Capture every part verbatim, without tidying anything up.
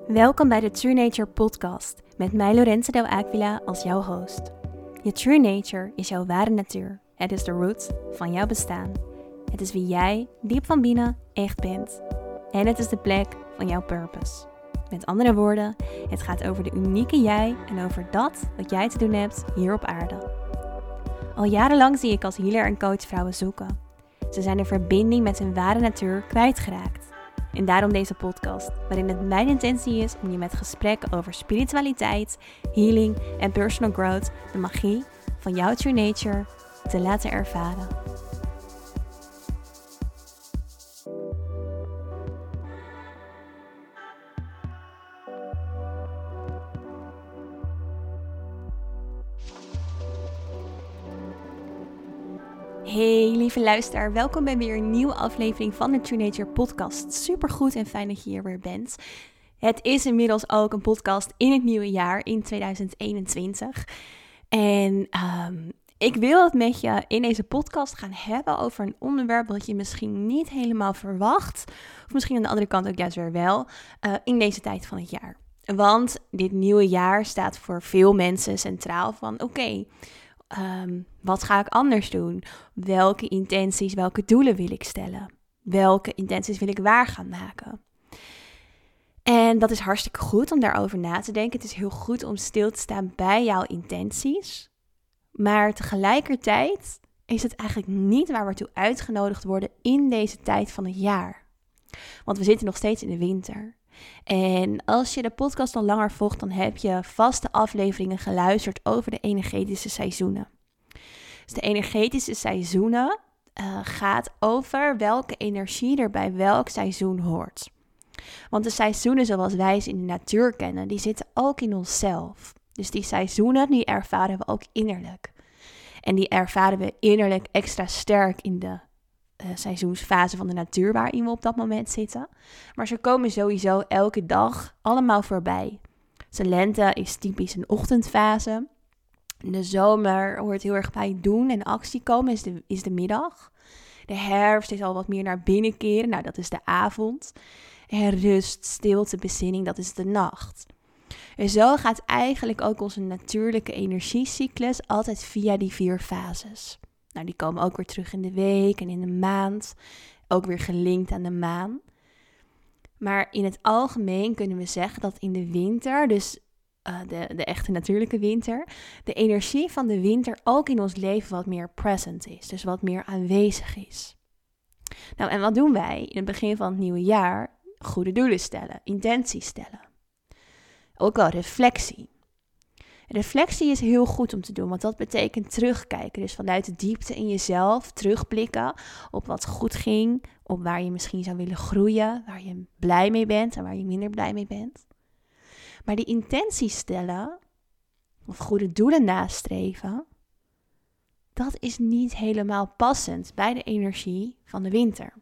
Welkom bij de True Nature podcast met mij Lorenza Del Aquila als jouw host. Je True Nature is jouw ware natuur. Het is de root van jouw bestaan. Het is wie jij diep van binnen echt bent. En het is de plek van jouw purpose. Met andere woorden, het gaat over de unieke jij en over dat wat jij te doen hebt hier op aarde. Al jarenlang zie ik als healer en coach vrouwen zoeken. Ze zijn de verbinding met hun ware natuur kwijtgeraakt. En daarom deze podcast, waarin het mijn intentie is om je met gesprekken over spiritualiteit, healing en personal growth de magie van jouw True Nature te laten ervaren. Hey lieve luisteraar, welkom bij weer een nieuwe aflevering van de True Nature podcast. Super goed en fijn dat je hier weer bent. Het is inmiddels ook een podcast in het nieuwe jaar, in tweeduizend eenentwintig. En um, ik wil het met je in deze podcast gaan hebben over een onderwerp dat je misschien niet helemaal verwacht. Of misschien aan de andere kant ook juist weer wel, uh, in deze tijd van het jaar. Want dit nieuwe jaar staat voor veel mensen centraal van oké, okay, Um, wat ga ik anders doen? Welke intenties, welke doelen wil ik stellen? Welke intenties wil ik waar gaan maken? En dat is hartstikke goed om daarover na te denken. Het is heel goed om stil te staan bij jouw intenties. Maar tegelijkertijd is het eigenlijk niet waar we toe uitgenodigd worden in deze tijd van het jaar. Want we zitten nog steeds in de winter. En als je de podcast al langer volgt, dan heb je vaste afleveringen geluisterd over de energetische seizoenen. Dus de energetische seizoenen uh, gaat over welke energie er bij welk seizoen hoort. Want de seizoenen zoals wij ze in de natuur kennen, die zitten ook in onszelf. Dus die seizoenen, die ervaren we ook innerlijk. En die ervaren we innerlijk extra sterk in de Uh, seizoensfase van de natuur waarin we op dat moment zitten. Maar ze komen sowieso elke dag allemaal voorbij. De lente is typisch een ochtendfase. De zomer hoort heel erg bij doen en actie komen, is de, is de middag. De herfst is al wat meer naar binnen keren, nou dat is de avond. En rust, stilte, bezinning, dat is de nacht. En zo gaat eigenlijk ook onze natuurlijke energiecyclus altijd via die vier fases. Nou, die komen ook weer terug in de week en in de maand. Ook weer gelinkt aan de maan. Maar in het algemeen kunnen we zeggen dat in de winter, dus uh, de, de echte natuurlijke winter, de energie van de winter ook in ons leven wat meer present is. Dus wat meer aanwezig is. Nou, en wat doen wij in het begin van het nieuwe jaar? Goede doelen stellen, intenties stellen. Ook wel reflectie. Reflectie is heel goed om te doen, want dat betekent terugkijken. Dus vanuit de diepte in jezelf terugblikken op wat goed ging, op waar je misschien zou willen groeien, waar je blij mee bent en waar je minder blij mee bent. Maar die intenties stellen, of goede doelen nastreven, dat is niet helemaal passend bij de energie van de winter.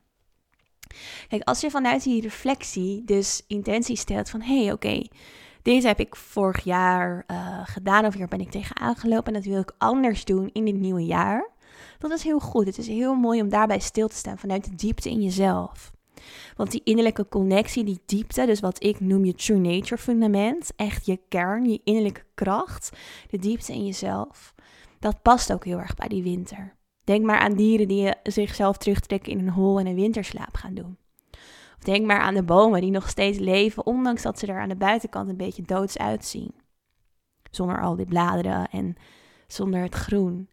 Kijk, als je vanuit die reflectie dus intenties stelt van, hé, hey, oké, okay, deze heb ik vorig jaar uh, gedaan of hier ben ik tegenaan gelopen en dat wil ik anders doen in dit nieuwe jaar. Dat is heel goed. Het is heel mooi om daarbij stil te staan vanuit de diepte in jezelf. Want die innerlijke connectie, die diepte, dus wat ik noem je True Nature fundament, echt je kern, je innerlijke kracht, de diepte in jezelf, dat past ook heel erg bij die winter. Denk maar aan dieren die zichzelf terugtrekken in een hol en een winterslaap gaan doen. Of denk maar aan de bomen die nog steeds leven, ondanks dat ze er aan de buitenkant een beetje doods uitzien. Zonder al die bladeren en zonder het groen.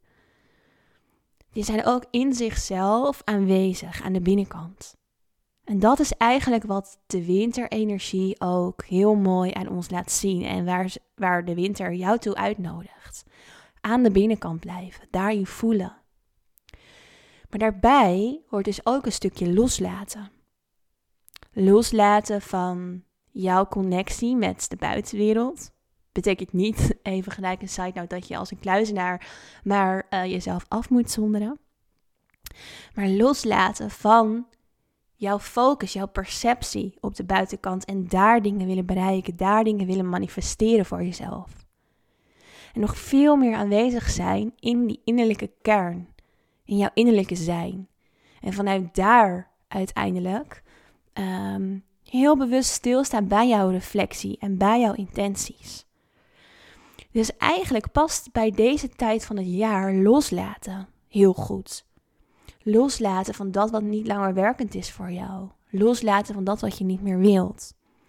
Die zijn ook in zichzelf aanwezig aan de binnenkant. En dat is eigenlijk wat de winterenergie ook heel mooi aan ons laat zien. En waar, waar de winter jou toe uitnodigt. Aan de binnenkant blijven, daar je voelen. Maar daarbij hoort dus ook een stukje loslaten. Loslaten van jouw connectie met de buitenwereld. Betekent niet, even gelijk een side note, dat je als een kluizenaar maar uh, jezelf af moet zonderen. Maar loslaten van jouw focus, jouw perceptie op de buitenkant en daar dingen willen bereiken, daar dingen willen manifesteren voor jezelf. En nog veel meer aanwezig zijn in die innerlijke kern, in jouw innerlijke zijn. En vanuit daar uiteindelijk um, Heel bewust stilstaan bij jouw reflectie en bij jouw intenties. Dus eigenlijk past bij deze tijd van het jaar loslaten heel goed. Loslaten van dat wat niet langer werkend is voor jou. Loslaten van dat wat je niet meer wilt.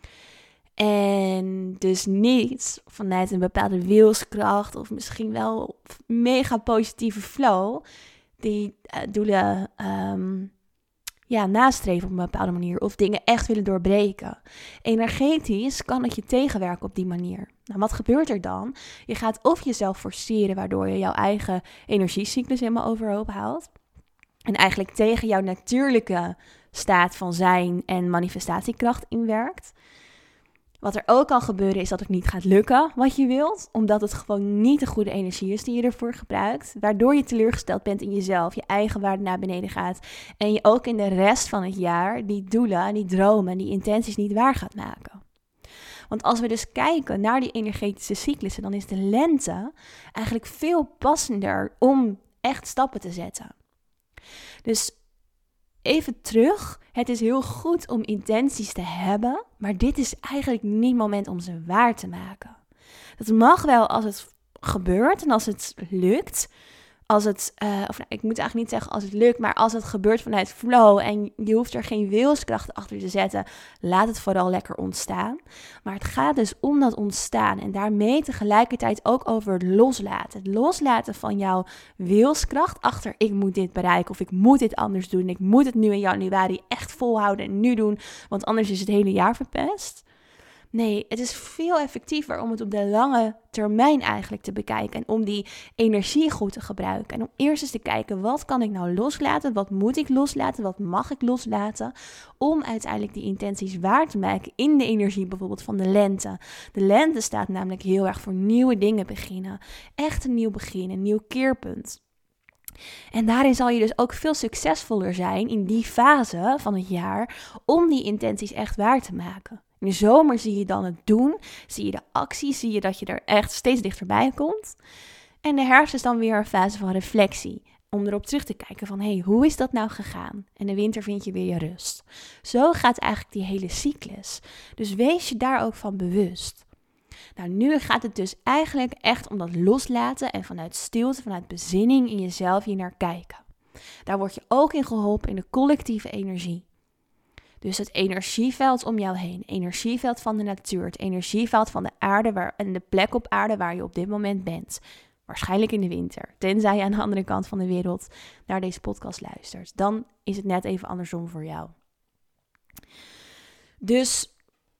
En dus niet vanuit een bepaalde wilskracht of misschien wel mega positieve flow die uh, doelen um, ja, nastreven op een bepaalde manier of dingen echt willen doorbreken. Energetisch kan het je tegenwerken op die manier. Nou, wat gebeurt er dan? Je gaat of jezelf forceren waardoor je jouw eigen energiecyclus helemaal overhoop haalt. En eigenlijk tegen jouw natuurlijke staat van zijn en manifestatiekracht inwerkt. Wat er ook kan gebeuren is dat het niet gaat lukken wat je wilt. Omdat het gewoon niet de goede energie is die je ervoor gebruikt. Waardoor je teleurgesteld bent in jezelf. Je eigen waarde naar beneden gaat. En je ook in de rest van het jaar die doelen, die dromen, die intenties niet waar gaat maken. Want als we dus kijken naar die energetische cyclussen, dan is de lente eigenlijk veel passender om echt stappen te zetten. Dus even terug, het is heel goed om intenties te hebben, maar dit is eigenlijk niet het moment om ze waar te maken. Dat mag wel als het gebeurt en als het lukt, als het, uh, of nou, ik moet eigenlijk niet zeggen als het lukt, maar als het gebeurt vanuit flow en je hoeft er geen wilskracht achter te zetten, laat het vooral lekker ontstaan. Maar het gaat dus om dat ontstaan en daarmee tegelijkertijd ook over het loslaten. Het loslaten van jouw wilskracht achter ik moet dit bereiken of ik moet dit anders doen. Ik moet het nu in januari echt volhouden en nu doen, want anders is het hele jaar verpest. Nee, het is veel effectiever om het op de lange termijn eigenlijk te bekijken. En om die energie goed te gebruiken. En om eerst eens te kijken, wat kan ik nou loslaten? Wat moet ik loslaten? Wat mag ik loslaten? Om uiteindelijk die intenties waar te maken in de energie bijvoorbeeld van de lente. De lente staat namelijk heel erg voor nieuwe dingen beginnen. Echt een nieuw begin, een nieuw keerpunt. En daarin zal je dus ook veel succesvoller zijn in die fase van het jaar om die intenties echt waar te maken. In de zomer zie je dan het doen, zie je de actie, zie je dat je er echt steeds dichterbij komt. En de herfst is dan weer een fase van reflectie, om erop terug te kijken van, hé, hey, hoe is dat nou gegaan? En de winter vind je weer je rust. Zo gaat eigenlijk die hele cyclus. Dus wees je daar ook van bewust. Nou, nu gaat het dus eigenlijk echt om dat loslaten en vanuit stilte, vanuit bezinning in jezelf hier naar kijken. Daar word je ook in geholpen in de collectieve energie. Dus het energieveld om jou heen, het energieveld van de natuur, het energieveld van de aarde waar, en de plek op aarde waar je op dit moment bent. Waarschijnlijk in de winter, tenzij je aan de andere kant van de wereld naar deze podcast luistert. Dan is het net even andersom voor jou. Dus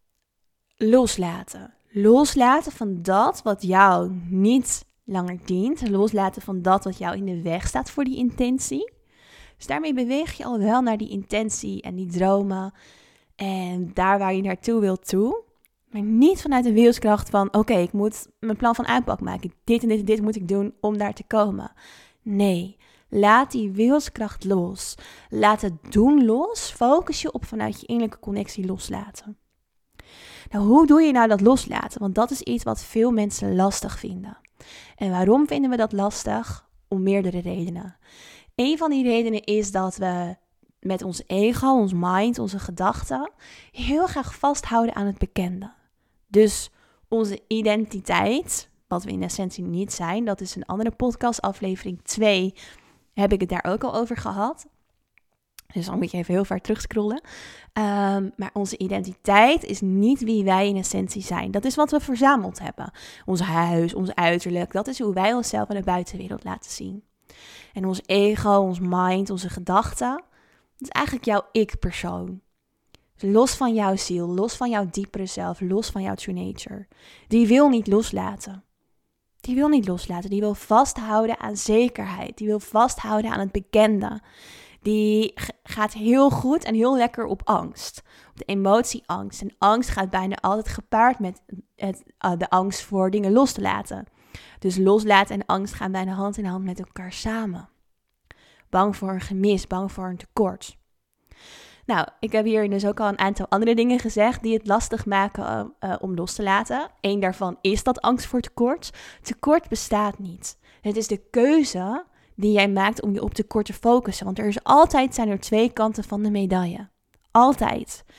loslaten. Loslaten van dat wat jou niet langer dient. Loslaten van dat wat jou in de weg staat voor die intentie. Dus daarmee beweeg je al wel naar die intentie en die dromen en daar waar je naartoe wilt toe. Maar niet vanuit de wilskracht van, oké, okay, ik moet mijn plan van aanpak maken. Dit en dit en dit moet ik doen om daar te komen. Nee, laat die wilskracht los. Laat het doen los. Focus je op vanuit je innerlijke connectie loslaten. Nou, hoe doe je nou dat loslaten? Want dat is iets wat veel mensen lastig vinden. En waarom vinden we dat lastig? Om meerdere redenen. Een van die redenen is dat we met ons ego, ons mind, onze gedachten heel graag vasthouden aan het bekende. Dus onze identiteit, wat we in essentie niet zijn, dat is een andere podcast, aflevering twee, heb ik het daar ook al over gehad. Dus dan moet je even heel ver terugscrollen. Um, maar onze identiteit is niet wie wij in essentie zijn. Dat is wat we verzameld hebben. Ons huis, ons uiterlijk, dat is hoe wij onszelf aan de buitenwereld laten zien. En ons ego, ons mind, onze gedachten, dat is eigenlijk jouw ik-persoon. Dus los van jouw ziel, los van jouw diepere zelf, los van jouw true nature. Die wil niet loslaten. Die wil niet loslaten. Die wil vasthouden aan zekerheid. Die wil vasthouden aan het bekende. Die g- gaat heel goed en heel lekker op angst. Op de emotie angst. En angst gaat bijna altijd gepaard met het, uh, de angst voor dingen los te laten. Dus loslaten en angst gaan bijna hand in hand met elkaar samen. Bang voor een gemis, bang voor een tekort. Nou, ik heb hier dus ook al een aantal andere dingen gezegd die het lastig maken uh, uh, om los te laten. Eén daarvan is dat angst voor tekort. Tekort bestaat niet. Het is de keuze die jij maakt om je op tekort te focussen. Want er is altijd, zijn er twee kanten van de medaille. Altijd.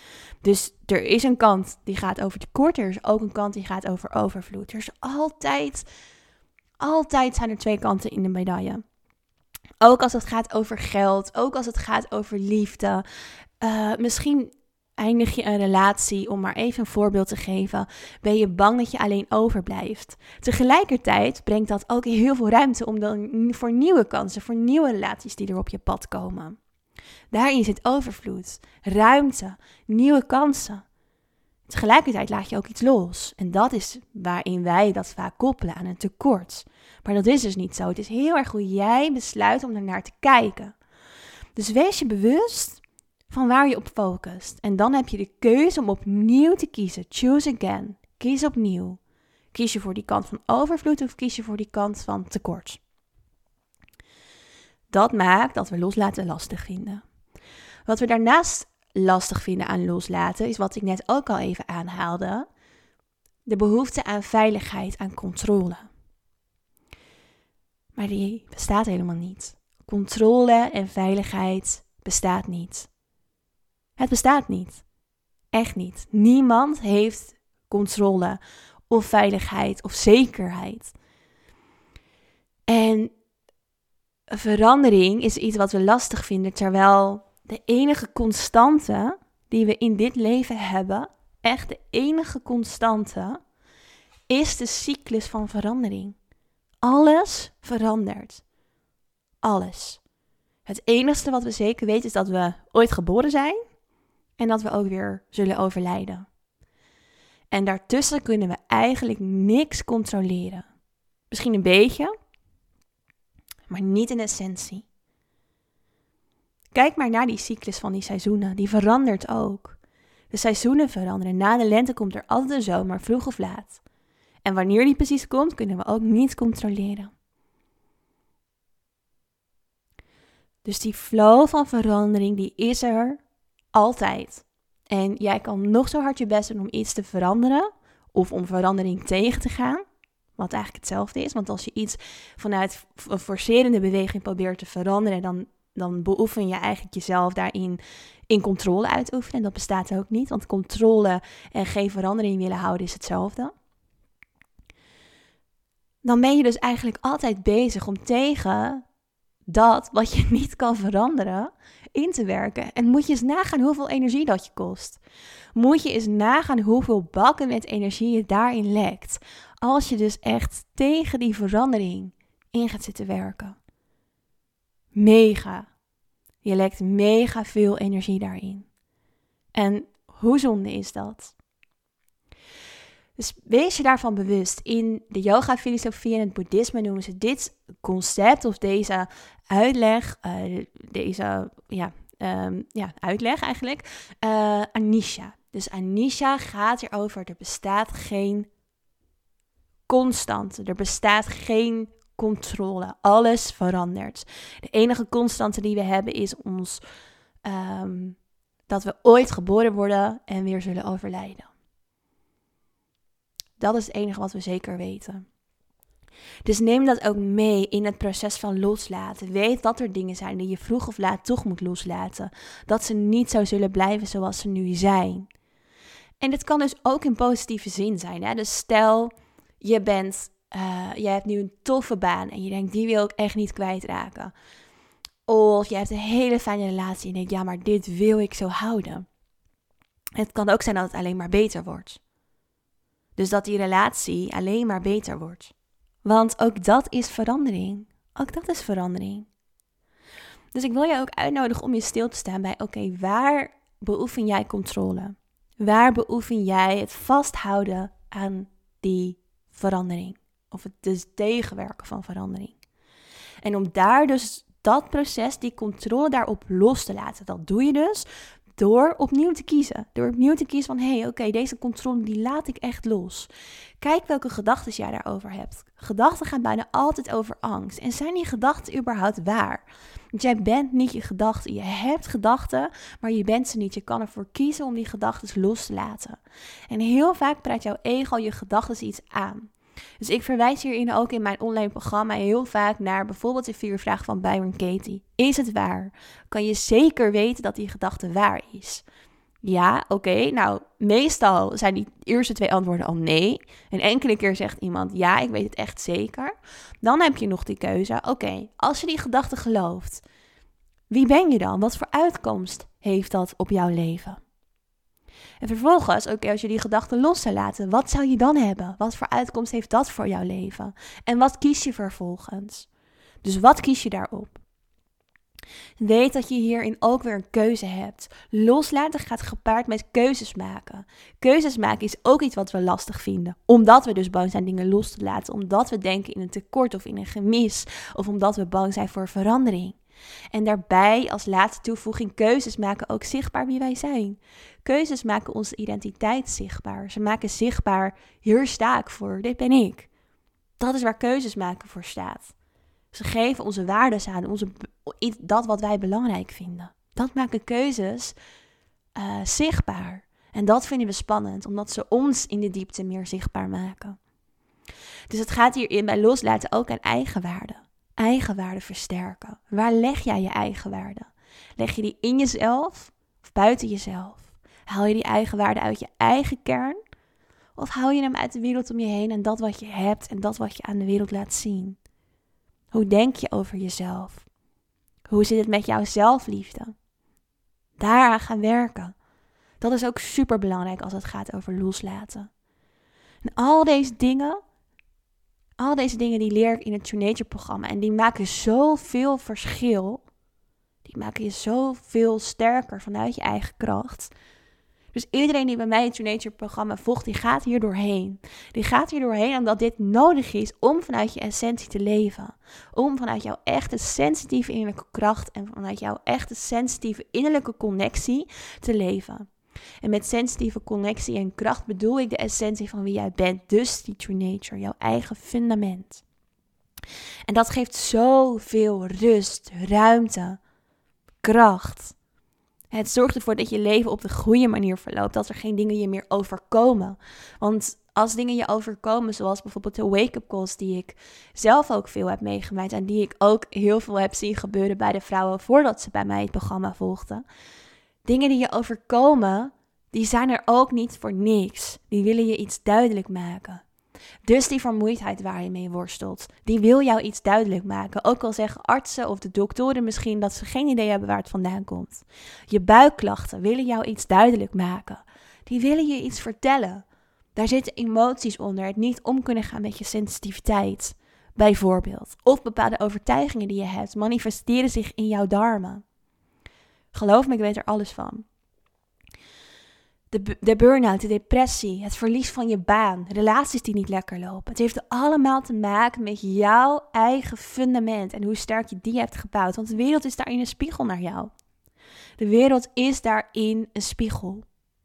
Dus er is een kant die gaat over tekort. Er is ook een kant die gaat over overvloed. Er is altijd, altijd zijn er twee kanten in de medaille. Ook als het gaat over geld. Ook als het gaat over liefde. Uh, misschien eindig je een relatie, om maar even een voorbeeld te geven. Ben je bang dat je alleen overblijft. Tegelijkertijd brengt dat ook heel veel ruimte om dan voor nieuwe kansen. Voor nieuwe relaties die er op je pad komen. Daarin zit overvloed, ruimte, nieuwe kansen. Tegelijkertijd laat je ook iets los. En dat is waarin wij dat vaak koppelen aan een tekort. Maar dat is dus niet zo. Het is heel erg hoe jij besluit om ernaar te kijken. Dus wees je bewust van waar je op focust. En dan heb je de keuze om opnieuw te kiezen. Choose again. Kies opnieuw. Kies je voor die kant van overvloed of kies je voor die kant van tekort? Dat maakt dat we loslaten lastig vinden. Wat we daarnaast lastig vinden aan loslaten is wat ik net ook al even aanhaalde. De behoefte aan veiligheid, aan controle. Maar die bestaat helemaal niet. Controle en veiligheid bestaat niet. Het bestaat niet. Echt niet. Niemand heeft controle of veiligheid of zekerheid. En verandering is iets wat we lastig vinden, terwijl de enige constante die we in dit leven hebben, echt de enige constante, is de cyclus van verandering. Alles verandert. Alles. Het enige wat we zeker weten is dat we ooit geboren zijn en dat we ook weer zullen overlijden. En daartussen kunnen we eigenlijk niks controleren. Misschien een beetje, maar niet in essentie. Kijk maar naar die cyclus van die seizoenen. Die verandert ook. De seizoenen veranderen. Na de lente komt er altijd een zomer, vroeg of laat. En wanneer die precies komt, kunnen we ook niet controleren. Dus die flow van verandering, die is er altijd. En jij kan nog zo hard je best doen om iets te veranderen, of om verandering tegen te gaan. Wat eigenlijk hetzelfde is. Want als je iets vanuit een forcerende beweging probeert te veranderen, dan, dan beoefen je eigenlijk jezelf daarin in controle uit te oefenen. En dat bestaat ook niet. Want controle en geen verandering willen houden is hetzelfde. Dan ben je dus eigenlijk altijd bezig om tegen dat wat je niet kan veranderen in te werken. En moet je eens nagaan hoeveel energie dat je kost. Moet je eens nagaan hoeveel bakken met energie je daarin lekt. Als je dus echt tegen die verandering in gaat zitten werken. Mega. Je lekt mega veel energie daarin. En hoe zonde is dat? Dus wees je daarvan bewust. In de yoga-filosofie en het boeddhisme noemen ze dit concept of deze uitleg, uh, deze ja, um, ja, uitleg eigenlijk, uh, anicca. Dus anicca gaat erover, er bestaat geen constante, er bestaat geen controle. Alles verandert. De enige constante die we hebben is ons um, dat we ooit geboren worden en weer zullen overlijden. Dat is het enige wat we zeker weten. Dus neem dat ook mee in het proces van loslaten. Weet dat er dingen zijn die je vroeg of laat toch moet loslaten. Dat ze niet zo zullen blijven zoals ze nu zijn. En dit kan dus ook in positieve zin zijn. Hè? Dus stel, je bent, uh, je hebt nu een toffe baan en je denkt, die wil ik echt niet kwijtraken. Of je hebt een hele fijne relatie en je denkt, ja, maar dit wil ik zo houden. Het kan ook zijn dat het alleen maar beter wordt. Dus dat die relatie alleen maar beter wordt. Want ook dat is verandering. Ook dat is verandering. Dus ik wil je ook uitnodigen om je stil te staan bij, oké, okay, waar beoefen jij controle? Waar beoefen jij het vasthouden aan die verandering? Of het dus tegenwerken van verandering? En om daar dus dat proces, die controle daarop los te laten, dat doe je dus door opnieuw te kiezen. Door opnieuw te kiezen van, hé, hey, oké, okay, deze controle die laat ik echt los. Kijk welke gedachten jij daarover hebt. Gedachten gaan bijna altijd over angst. En zijn die gedachten überhaupt waar? Want jij bent niet je gedachten. Je hebt gedachten, maar je bent ze niet. Je kan ervoor kiezen om die gedachten los te laten. En heel vaak praat jouw ego je gedachten iets aan. Dus ik verwijs hierin ook in mijn online programma heel vaak naar bijvoorbeeld de vier vragen van Byron Katie. Is het waar? Kan je zeker weten dat die gedachte waar is? Ja, oké. Okay. Nou, meestal zijn die eerste twee antwoorden al nee. Een enkele keer zegt iemand, ja, ik weet het echt zeker. Dan heb je nog die keuze. Oké, okay, als je die gedachte gelooft, wie ben je dan? Wat voor uitkomst heeft dat op jouw leven? En vervolgens, oké, okay, als je die gedachte los zou laten, wat zou je dan hebben? Wat voor uitkomst heeft dat voor jouw leven? En wat kies je vervolgens? Dus wat kies je daarop? Weet dat je hierin ook weer een keuze hebt. Loslaten gaat gepaard met keuzes maken. Keuzes maken is ook iets wat we lastig vinden. Omdat we dus bang zijn dingen los te laten. Omdat we denken in een tekort of in een gemis. Of omdat we bang zijn voor verandering. En daarbij als laatste toevoeging, keuzes maken ook zichtbaar wie wij zijn. Keuzes maken onze identiteit zichtbaar. Ze maken zichtbaar, hier sta ik voor, dit ben ik. Dat is waar keuzes maken voor staat. Ze geven onze waarden aan, onze, dat wat wij belangrijk vinden. Dat maken keuzes uh, zichtbaar. En dat vinden we spannend, omdat ze ons in de diepte meer zichtbaar maken. Dus het gaat hierin bij loslaten ook aan eigenwaarde. Eigenwaarde versterken. Waar leg jij je eigenwaarde? Leg je die in jezelf of buiten jezelf? Haal je die eigenwaarde uit je eigen kern? Of haal je hem uit de wereld om je heen en dat wat je hebt en dat wat je aan de wereld laat zien? Hoe denk je over jezelf? Hoe zit het met jouw zelfliefde? Daaraan gaan werken. Dat is ook super belangrijk als het gaat over loslaten. En al deze dingen, al deze dingen die leer ik in het True Nature programma. En die maken zoveel verschil. Die maken je zoveel sterker vanuit je eigen kracht. Dus iedereen die bij mij het True Nature programma volgt, die gaat hier doorheen. Die gaat hier doorheen omdat dit nodig is om vanuit je essentie te leven. Om vanuit jouw echte sensitieve innerlijke kracht en vanuit jouw echte sensitieve innerlijke connectie te leven. En met sensitieve connectie en kracht bedoel ik de essentie van wie jij bent. Dus die True Nature, jouw eigen fundament. En dat geeft zoveel rust, ruimte, kracht. Het zorgt ervoor dat je leven op de goede manier verloopt. Dat er geen dingen je meer overkomen. Want als dingen je overkomen, zoals bijvoorbeeld de wake-up calls die ik zelf ook veel heb meegemaakt. En die ik ook heel veel heb zien gebeuren bij de vrouwen voordat ze bij mij het programma volgden. Dingen die je overkomen, die zijn er ook niet voor niks. Die willen je iets duidelijk maken. Dus die vermoeidheid waar je mee worstelt, die wil jou iets duidelijk maken. Ook al zeggen artsen of de doktoren misschien dat ze geen idee hebben waar het vandaan komt. Je buikklachten willen jou iets duidelijk maken. Die willen je iets vertellen. Daar zitten emoties onder. Het niet om kunnen gaan met je sensitiviteit, bijvoorbeeld. Of bepaalde overtuigingen die je hebt manifesteren zich in jouw darmen. Geloof me, ik weet er alles van. De, de burn-out, de depressie, het verlies van je baan, relaties die niet lekker lopen. Het heeft allemaal te maken met jouw eigen fundament en hoe sterk je die hebt gebouwd. Want de wereld is daarin een spiegel naar jou. De wereld is daarin een spiegel.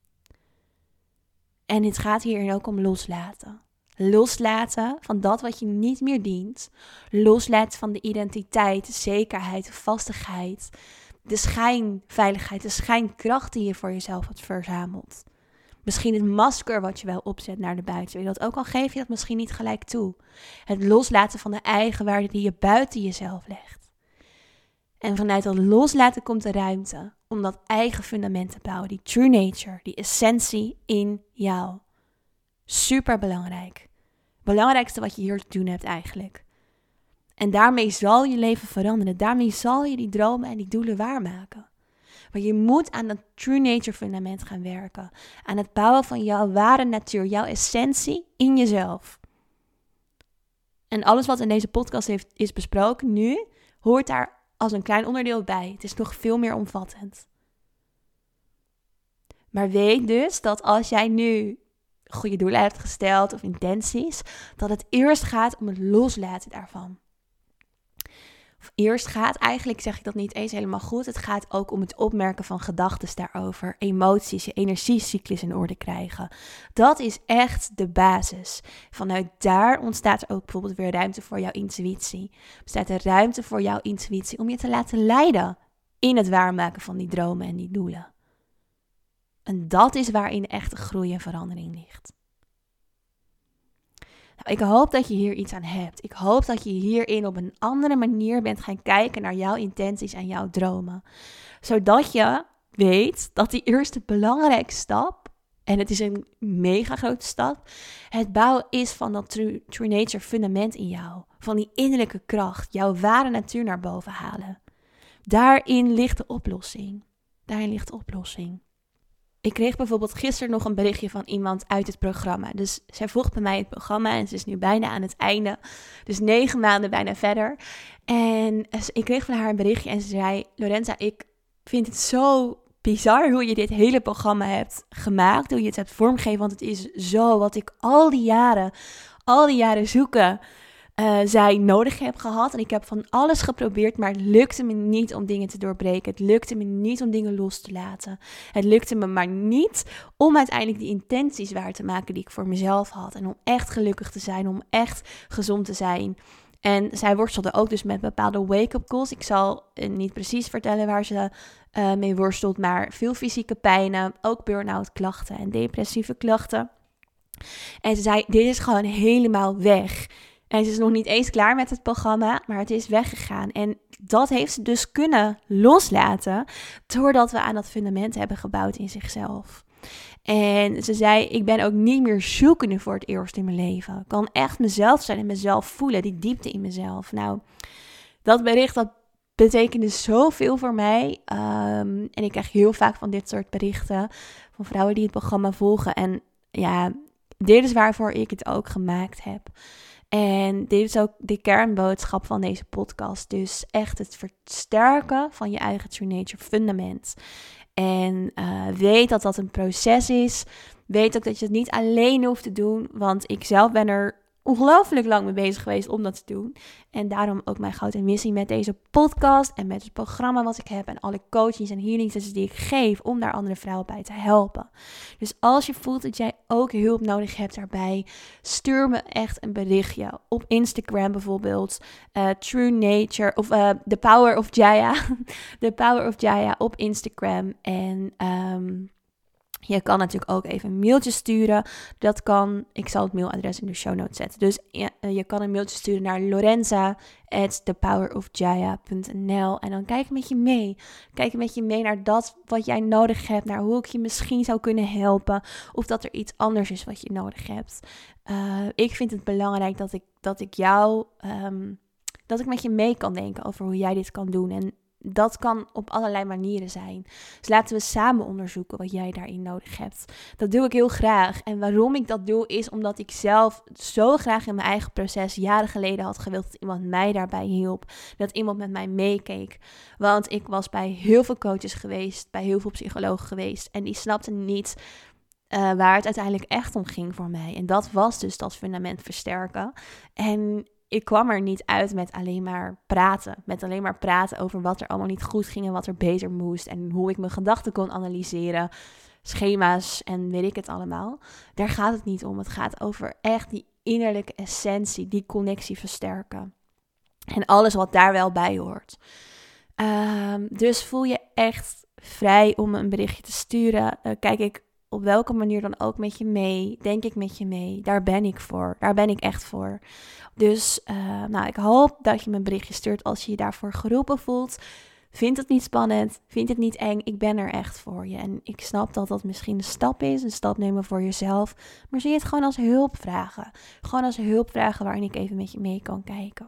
En het gaat hierin ook om loslaten. Loslaten van dat wat je niet meer dient. Loslaten van de identiteit, de zekerheid, de vastigheid. De schijnveiligheid, de schijnkracht die je voor jezelf hebt verzameld. Misschien het masker wat je wel opzet naar de buitenwereld. Ook al geef je dat misschien niet gelijk toe. Het loslaten van de eigenwaarde die je buiten jezelf legt. En vanuit dat loslaten komt de ruimte om dat eigen fundament te bouwen. Die true nature, die essentie in jou. Super belangrijk. Belangrijkste wat je hier te doen hebt eigenlijk. En daarmee zal je leven veranderen. Daarmee zal je die dromen en die doelen waarmaken. Maar je moet aan dat true nature fundament gaan werken. Aan het bouwen van jouw ware natuur, jouw essentie in jezelf. En alles wat in deze podcast heeft, is besproken nu, hoort daar als een klein onderdeel bij. Het is nog veel meer omvattend. Maar weet dus dat als jij nu goede doelen hebt gesteld of intenties, dat het eerst gaat om het loslaten daarvan. Of eerst gaat, eigenlijk zeg ik dat niet eens helemaal goed. Het gaat ook om het opmerken van gedachten daarover. Emoties, je energiecyclus in orde krijgen. Dat is echt de basis. Vanuit daar ontstaat er ook bijvoorbeeld weer ruimte voor jouw intuïtie. Bestaat er ruimte voor jouw intuïtie om je te laten leiden in het waarmaken van die dromen en die doelen. En dat is waarin echte groei en verandering ligt. Ik hoop dat je hier iets aan hebt. Ik hoop dat je hierin op een andere manier bent gaan kijken naar jouw intenties en jouw dromen. Zodat je weet dat die eerste belangrijke stap, en het is een mega grote stap, het bouwen is van dat True, True Nature fundament in jou. Van die innerlijke kracht, jouw ware natuur naar boven halen. Daarin ligt de oplossing. Daarin ligt de oplossing. Ik kreeg bijvoorbeeld gisteren nog een berichtje van iemand uit het programma. Dus zij volgt bij mij het programma en ze is nu bijna aan het einde. Dus negen maanden bijna verder. En ik kreeg van haar een berichtje en ze zei: Lorenza, ik vind het zo bizar hoe je dit hele programma hebt gemaakt. Hoe je het hebt vormgegeven, want het is zo wat ik al die jaren, al die jaren zoeken... Uh, zij nodig heb gehad. En ik heb van alles geprobeerd, maar het lukte me niet om dingen te doorbreken. Het lukte me niet om dingen los te laten. Het lukte me maar niet om uiteindelijk die intenties waar te maken die ik voor mezelf had. En om echt gelukkig te zijn, om echt gezond te zijn. En zij worstelde ook dus met bepaalde wake-up calls. Ik zal uh, niet precies vertellen waar ze uh, mee worstelt, maar veel fysieke pijnen, ook burn-out klachten en depressieve klachten. En ze zei, dit is gewoon helemaal weg. En ze is nog niet eens klaar met het programma, maar het is weggegaan. En dat heeft ze dus kunnen loslaten, doordat we aan dat fundament hebben gebouwd in zichzelf. En ze zei, ik ben ook niet meer zoekende voor het eerst in mijn leven. Ik kan echt mezelf zijn en mezelf voelen, die diepte in mezelf. Nou, dat bericht, dat betekende zoveel voor mij. Um, en ik krijg heel vaak van dit soort berichten van vrouwen die het programma volgen. En ja, dit is waarvoor ik het ook gemaakt heb. En dit is ook de kernboodschap van deze podcast. Dus echt het versterken van je eigen True Nature fundament. En uh, weet dat dat een proces is. Weet ook dat je het niet alleen hoeft te doen. Want ik zelf ben er ongelooflijk lang mee bezig geweest om dat te doen. En daarom ook mijn gouden missie met deze podcast en met het programma wat ik heb en alle coachings en healings die ik geef om daar andere vrouwen bij te helpen. Dus als je voelt dat jij ook hulp nodig hebt daarbij, stuur me echt een berichtje op Instagram bijvoorbeeld, uh, True Nature of uh, The Power of Jaya, The Power of Jaya op Instagram. En um, je kan natuurlijk ook even een mailtje sturen. Dat kan, ik zal het mailadres in de show notes zetten. Dus ja, je kan een mailtje sturen naar lorenza at the power of jaya dot n l. En dan kijk ik met je mee. Kijk met je mee naar dat wat jij nodig hebt. Naar hoe ik je misschien zou kunnen helpen. Of dat er iets anders is wat je nodig hebt. Uh, ik vind het belangrijk dat ik, dat ik jou, um, dat ik met je mee kan denken over hoe jij dit kan doen. En dat kan op allerlei manieren zijn. Dus laten we samen onderzoeken wat jij daarin nodig hebt. Dat doe ik heel graag. En waarom ik dat doe is omdat ik zelf zo graag in mijn eigen proces jaren geleden had gewild dat iemand mij daarbij hielp. Dat iemand met mij meekeek. Want ik was bij heel veel coaches geweest, bij heel veel psychologen geweest. En die snapten niet uh, waar het uiteindelijk echt om ging voor mij. En dat was dus dat fundament versterken. En ik kwam er niet uit met alleen maar praten. Met alleen maar praten over wat er allemaal niet goed ging en wat er beter moest. En hoe ik mijn gedachten kon analyseren. Schema's en weet ik het allemaal. Daar gaat het niet om. Het gaat over echt die innerlijke essentie, die connectie versterken. En alles wat daar wel bij hoort. Um, dus voel je echt vrij om me een berichtje te sturen. Uh, kijk ik op welke manier dan ook met je mee. Denk ik met je mee. Daar ben ik voor. Daar ben ik echt voor. Dus uh, nou, ik hoop dat je me een berichtje stuurt als je je daarvoor geroepen voelt. Vind het niet spannend. Vind het niet eng. Ik ben er echt voor je. En ik snap dat dat misschien een stap is. Een stap nemen voor jezelf. Maar zie het gewoon als hulpvragen. Gewoon als hulpvragen waarin ik even met je mee kan kijken.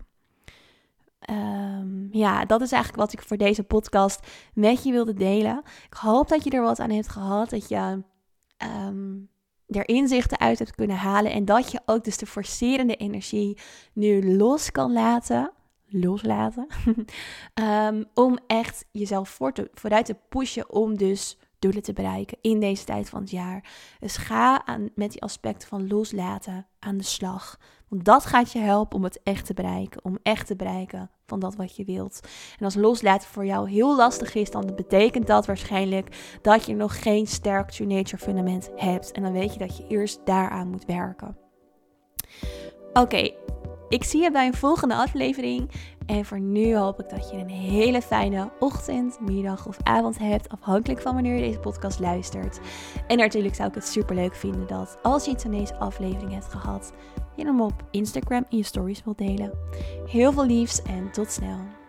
Um, ja, dat is eigenlijk wat ik voor deze podcast met je wilde delen. Ik hoop dat je er wat aan hebt gehad. Dat je Um, er inzichten uit hebt kunnen halen. En dat je ook dus de forcerende energie nu los kan laten. Loslaten. um, om echt jezelf voor te, vooruit te pushen om dus doelen te bereiken in deze tijd van het jaar. Dus ga aan, met die aspecten van loslaten aan de slag. Want dat gaat je helpen om het echt te bereiken. Om echt te bereiken van dat wat je wilt. En als loslaten voor jou heel lastig is, dan betekent dat waarschijnlijk dat je nog geen sterk True Nature fundament hebt. En dan weet je dat je eerst daaraan moet werken. Oké, okay, ik zie je bij een volgende aflevering. En voor nu hoop ik dat je een hele fijne ochtend, middag of avond hebt. Afhankelijk van wanneer je deze podcast luistert. En natuurlijk zou ik het super leuk vinden dat als je iets aan deze aflevering hebt gehad, je hem op Instagram in je stories wilt delen. Heel veel liefs en tot snel.